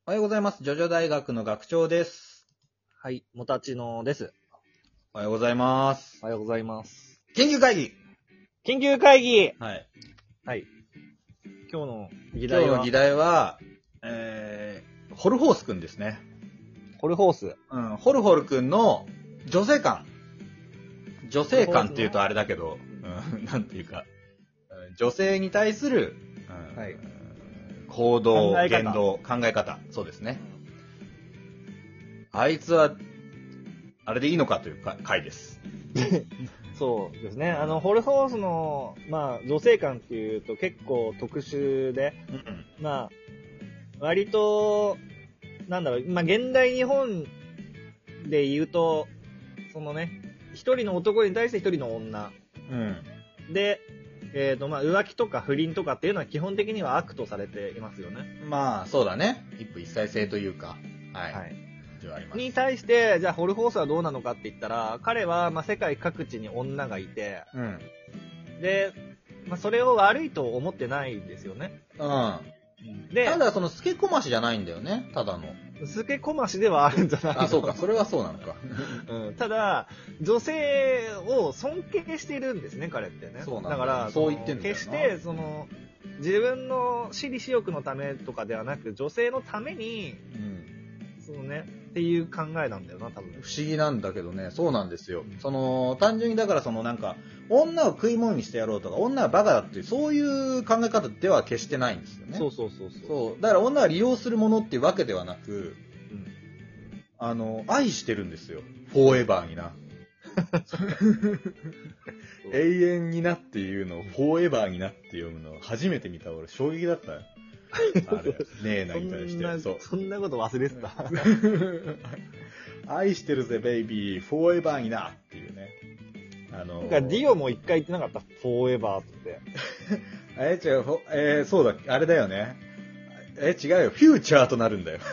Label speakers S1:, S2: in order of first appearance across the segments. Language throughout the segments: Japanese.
S1: おはようございます。ジョジョ大学の学長です。
S2: はい、もたちのです。
S1: おはようございます。
S2: おはようございます。
S1: 研究会議
S2: 緊急会議
S1: はい。
S2: はい。今日の議題は
S1: 今日の議題は、ホルホースくんですね。
S2: ホルホース。
S1: ホルホルくんの女性感。女性感って言うとあれだけど、なんていうか、女性に対する、
S2: はい、
S1: 行動、
S2: 考え方
S1: 言動、考え方。そうですね。あいつは、あれでいいのかという回です。
S2: そうですね。ホルホースの、女性感っていうと結構特殊で、割と、現代日本で言うと、そのね、一人の男に対して一人の女。で、浮気とか不倫とかっていうのは基本的には悪とされていますよね。
S1: まあ、そうだね。一夫一妻制というか。はい。
S2: はい。
S1: あります
S2: に対して、じゃあホルホースはどうなのかって言ったら、彼は世界各地に女がいて、で、それを悪いと思ってないんですよね。
S1: で、ただそのスケコマシじゃないんだよね、ただの。
S2: スケコマシではあるんじゃないの？
S1: あ、そうか、それはそうなのか。
S2: ただ、女性を尊敬しているんですね、彼ってね。
S1: そうなんだ。
S2: だから、
S1: そう言ってんだよな。
S2: 決して、自分の私利私欲のためとかではなく、女性のために、っていう考えなんだよな、多分。
S1: 不思議なんだけどね、そうなんですよ。単純にだから女を食い物にしてやろうとか、女はバカだっていう、そういう考え方では決してないんですよね。
S2: そう。
S1: だから女は利用するものっていうわけではなく、愛してるんですよ。フォーエバーにな。永遠になっていうのをフォーエバーになって読むの初めて見た俺衝撃だったよ。あれ、ねえなに対して。
S2: そんなこと忘れてた。
S1: 愛してるぜベイビー、フォーエバーになっていうね。
S2: なんかディオも一回言ってなかった、フォーエバーって。
S1: 違う、そうだ、あれだよね。違うよ、フューチャーとなるんだよ。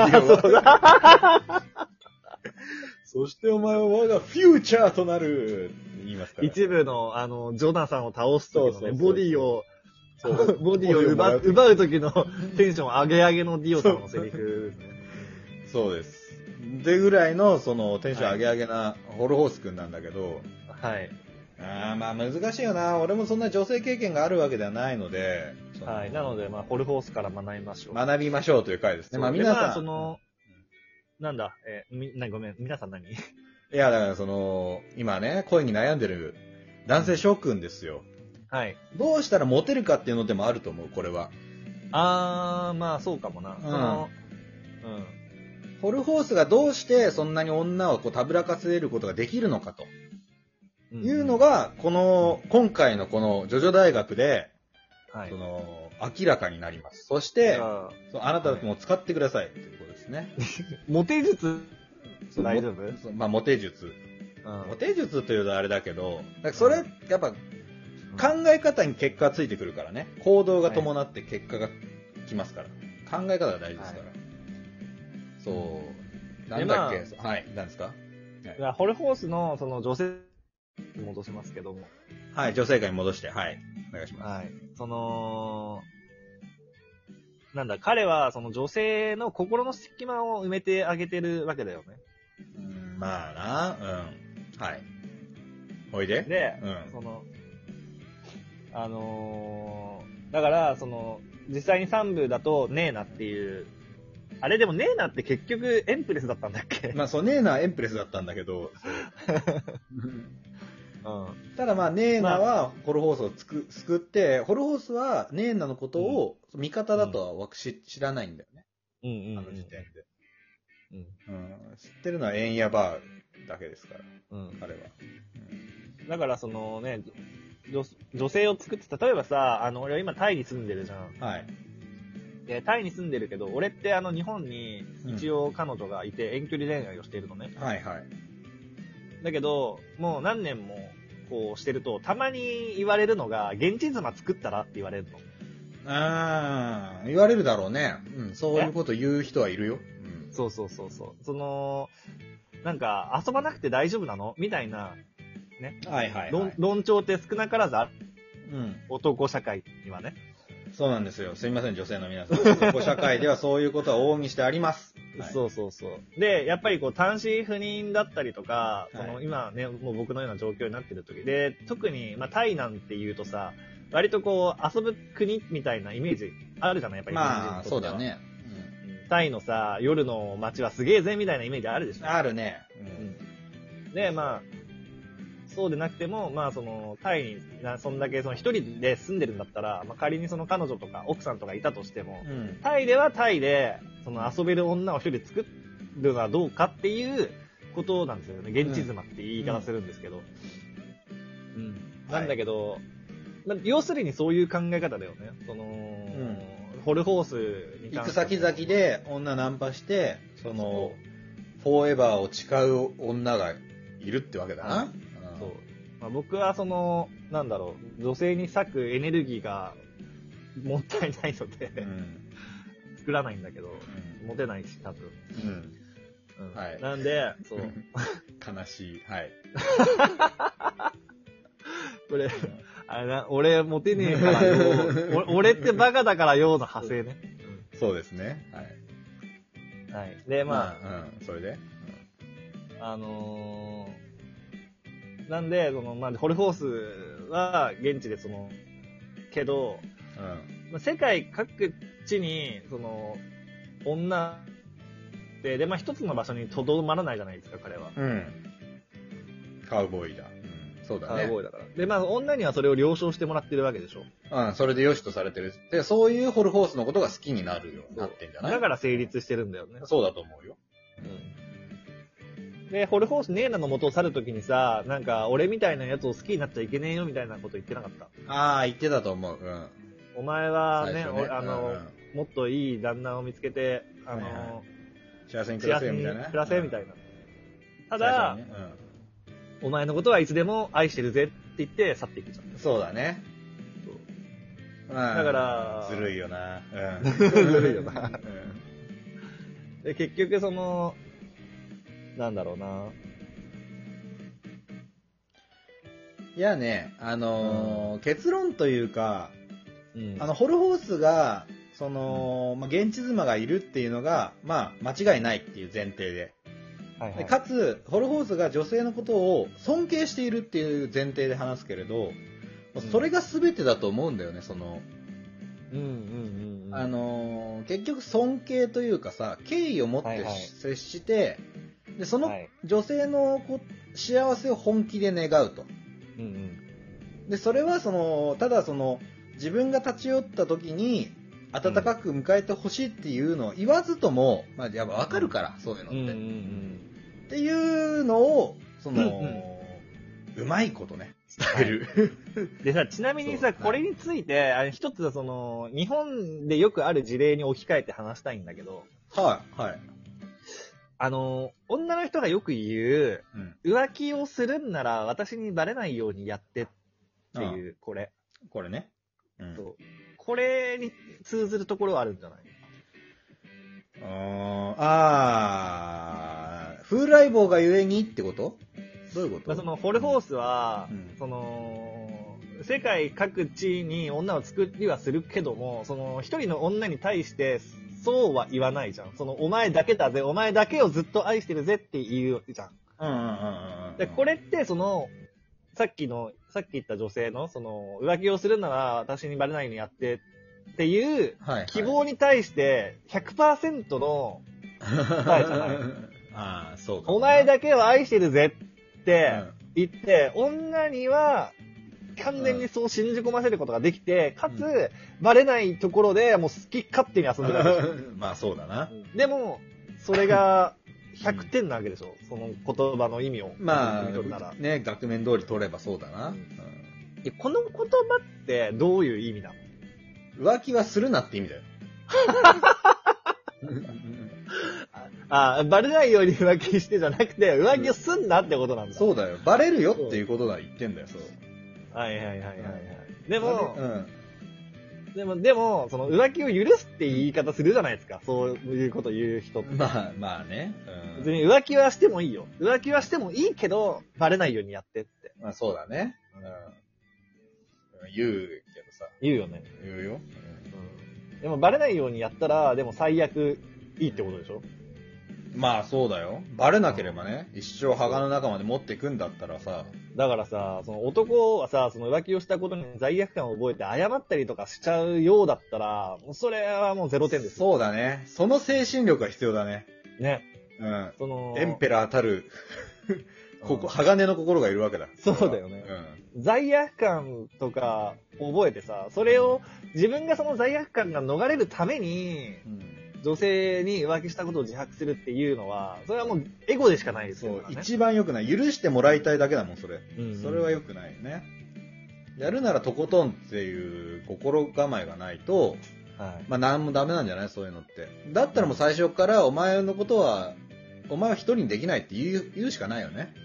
S1: そしてお前は我がフューチャーとなるって言いますから。
S2: 一部の、ジョナサンを倒す時のね、ボディを奪う時のテンション上げ上げのディオさんのセリフですね。
S1: そうです。でぐらいの、テンション上げ上げなホルホースくんなんだけど。
S2: はい。
S1: 難しいよな。俺もそんな女性経験があるわけではないので。
S2: はい。なので、ホルホースから学びましょう。
S1: 学びましょうという回ですね。皆さん。
S2: ごめん、皆さん何？
S1: いや、だから今ね、恋に悩んでる男性諸君ですよ。
S2: はい。
S1: どうしたらモテるかっていうのでもあると思う、これは。
S2: そうかもな。
S1: ホルホースがどうしてそんなに女をたぶらかせることができるのかと。いうのが、今回のこのジョジョ大学で、明らかになります。そして、あなたたちも使ってくださいということですね。
S2: モテ術大丈夫？
S1: モテ術。モテ術というとあれだけど、それ、やっぱ、考え方に結果がついてくるからね。行動が伴って結果が来ますから。考え方が大事ですから。そう。なんだっけ、はい、なんですか？
S2: ホルホースの女性に戻しますけども。
S1: はい、女性界に戻して、はい。お願いします。はい。
S2: 彼は女性の心の隙間を埋めてあげてるわけだよね。
S1: はい。おいで。
S2: で、だから、実際に3部だと、ネーナっていう、あれでもネーナって結局エンプレスだったんだっけ？
S1: ネーナはエンプレスだったんだけど、ただネーナはホルホースを救って、ホルホースはネーナのことを味方だとは知らないんだよね。あの時点で。知ってるのはエンヤバーだけですから、彼は。
S2: だから女性を作って、例えばさ、俺は今タイに住んでるじゃん。
S1: はい。
S2: で、タイに住んでるけど、俺って日本に一応彼女がいて遠距離恋愛をしているのね。
S1: はいはい。
S2: だけど、もう何年もこうしてると、たまに言われるのが、現地妻作ったらって言われるの。
S1: 言われるだろうね。そういうこと言う人はいるよ。
S2: そう。遊ばなくて大丈夫なのみたいな、ね。
S1: はい。
S2: 論調って少なからずある。男社会にはね。
S1: そうなんですよ。すいません、女性の皆さん。ここ社会ではそういうことは往々にしてあります。
S2: はい、そうそうそう。で、やっぱりこう単身赴任だったりとか、その今ね、もう僕のような状況になってる時で、特に、まあタイなんて言うとさ、割とこう遊ぶ国みたいなイメージあるじゃない、やっぱり。
S1: まあ、そうだね。
S2: タイのさ、夜の街はすげえぜみたいなイメージあるでしょ。
S1: あるね。
S2: で、まあ、そうでなくても、まあその、タイに、そんだけその一人で住んでるんだったら、まあ仮にその彼女とか奥さんとかいたとしても、タイではタイで、その遊べる女を一人作るのはどうかっていうことなんですよね。現地妻って言い方するんですけど。なんだけど、まあ、要するにそういう考え方だよね。その、ホルホースに
S1: 行く先々で女ナンパして、その、フォーエバーを誓う女がいるってわけだな。
S2: そう。まあ、僕はその、なんだろう、女性に割くエネルギーがもったいないので、作らないんだけど、モテないし、多分。はい。なんで、そう。
S1: 悲しい。はい。
S2: これ、あれな、俺モテねえからよ、俺ってバカだからようの派生ね。
S1: そうですね。はい。
S2: はい。で、ま
S1: あ、それで
S2: なんで、その、まあ、ホルホースは現地でその、けど、まあ、世界各地に、その、女で、まあ、一つの場所にとどまらないじゃないですか、彼は。
S1: カウボーイだ。そうだね。
S2: カウボーイだから。で、まあ、女にはそれを了承してもらってるわけでしょ。
S1: それで良しとされてる。で、そういうホルホースのことが好きになるようになってんじゃない？
S2: だから成立してるんだよね。
S1: そうだと思うよ。
S2: で、ホルホースネーナの元を去るときにさ、なんか、俺みたいなやつを好きになっちゃいけねえよみたいなこと言ってなかった？
S1: ああ、言ってたと思う。
S2: お前はね、もっといい旦那を見つけて、
S1: 幸せに暮らせみたいな。
S2: 暮らせみたいな。ただ、お前のことはいつでも愛してるぜって言って去っていくじゃん。
S1: そうだね。
S2: だから、
S1: ずるいよな。
S2: ずるいよな。で、結局その、なんだろうな。
S1: いやね、結論というか、ホルホースが、その、現地妻がいるっていうのが、まあ、間違いないっていう前提で。でかつ、ホルホースが女性のことを尊敬しているっていう前提で話すけれど、それが全てだと思うんだよね、その。結局尊敬というかさ、敬意を持って接して、で、その女性の幸せを本気で願うと。で、それはその、ただその、自分が立ち寄った時に、温かく迎えてほしいっていうのを言わずとも、まあ、やっぱわかるから、そういうのって。っていうのを、その、うまいことね、伝える。
S2: でさ、ちなみにさ、これについて、一つその、日本でよくある事例に置き換えて話したいんだけど。
S1: はい。
S2: 女の人がよく言う、浮気をするんなら私にバレないようにやってっていう、これ。
S1: これね。
S2: そう。これに通ずるところはあるんじゃない？
S1: 風来坊がゆえにってこと？どういうこと？
S2: まあ、その、ホルホースは、その、世界各地に女を作りはするけども、その、一人の女に対して、そうは言わないじゃん。その、お前だけだぜ、お前だけをずっと愛してるぜって言うじゃん。で、これって、その、さっき言った女性の、その、浮気をするなら私にバレないようにやってっていう、希望に対して 100% の答えじゃない。
S1: そうか。
S2: お前だけを愛してるぜって言って、女には完全にそう信じ込ませることができて、かつ、バレないところでもう好き勝手に遊んでるわけです。
S1: まあそうだな。
S2: でも、それが100点なわけでしょ、その言葉の意味を。
S1: まあ、ね、額面通り取ればそうだな。
S2: この言葉ってどういう意味なの？
S1: 浮気はするなって意味だよ。
S2: バレないように浮気してじゃなくて、浮気をすんなってことなんだ。
S1: そうだよ。バレるよっていうことが言ってんだよ、そう。
S2: はい。でも、その浮気を許すって言い方するじゃないですか。そういうこと言う人って。
S1: まあね。
S2: 別に浮気はしてもいいよ。浮気はしてもいいけど、バレないようにやってって。
S1: まあそうだね。言うけどさ。
S2: 言うよね。
S1: 言うよ。
S2: でもバレないようにやったら、でも最悪いいってことでしょ？
S1: まあそうだよ。バレなければね、一生墓の中まで持っていくんだったらさ。
S2: だからさ、その男はさ、その浮気をしたことに罪悪感を覚えて謝ったりとかしちゃうようだったら、もうそれはもう0点ですよ。
S1: そうだね。その精神力が必要だね。
S2: ね。
S1: うん。
S2: その、
S1: エンペラーたる、鋼の心がいるわけだ。
S2: そうだよね。
S1: うん。
S2: 罪悪感とか覚えてさ、それを自分がその罪悪感が逃れるために、女性に浮気したことを自白するっていうのは、それはもうエゴでしかないですよね。
S1: そう、一番良くない。許してもらいたいだけだもん、それ。
S2: うんうん、
S1: それは良くないよね。やるならとことんっていう心構えがないと、
S2: はい、
S1: まあ何もダメなんじゃないそういうのって。だったらもう最初からお前のことは、お前は一人にできないって言うしかないよね。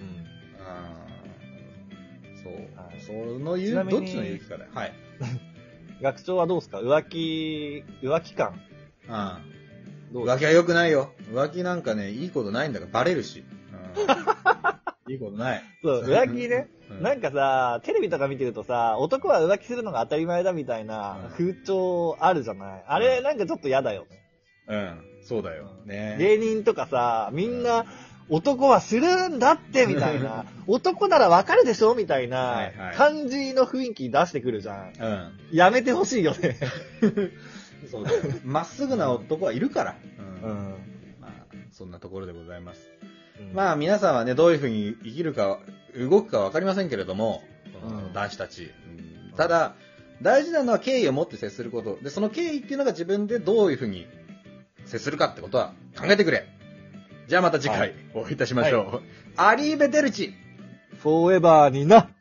S1: そう。はい、その言う、どっちの言う気かだよ。はい。
S2: 学長はどうですか？浮気感。
S1: 浮気は良くないよ。浮気なんかね、いいことないんだからバレるし。いいことない。
S2: そう、浮気ね。なんかさ、テレビとか見てるとさ、男は浮気するのが当たり前だみたいな風潮あるじゃない。あれなんかちょっと嫌だよね。
S1: うん、そうだよ。ね。
S2: 芸人とかさ、みんな、男はするんだってみたいな、男ならわかるでしょみたいな感じの雰囲気出してくるじゃん。うん。やめてほしいよね。
S1: そうだよ。まっすぐな男はいるから。
S2: うん。
S1: まあ、そんなところでございます。まあ、皆さんはね、どういうふうに生きるか、動くかわかりませんけれども、男子たち。ただ、大事なのは敬意を持って接すること。で、その敬意っていうのが自分でどういうふうに接するかってことは考えてくれ。じゃあまた次回お会いいたしましょう。アリーベデルチ。
S2: フォーエバーにな。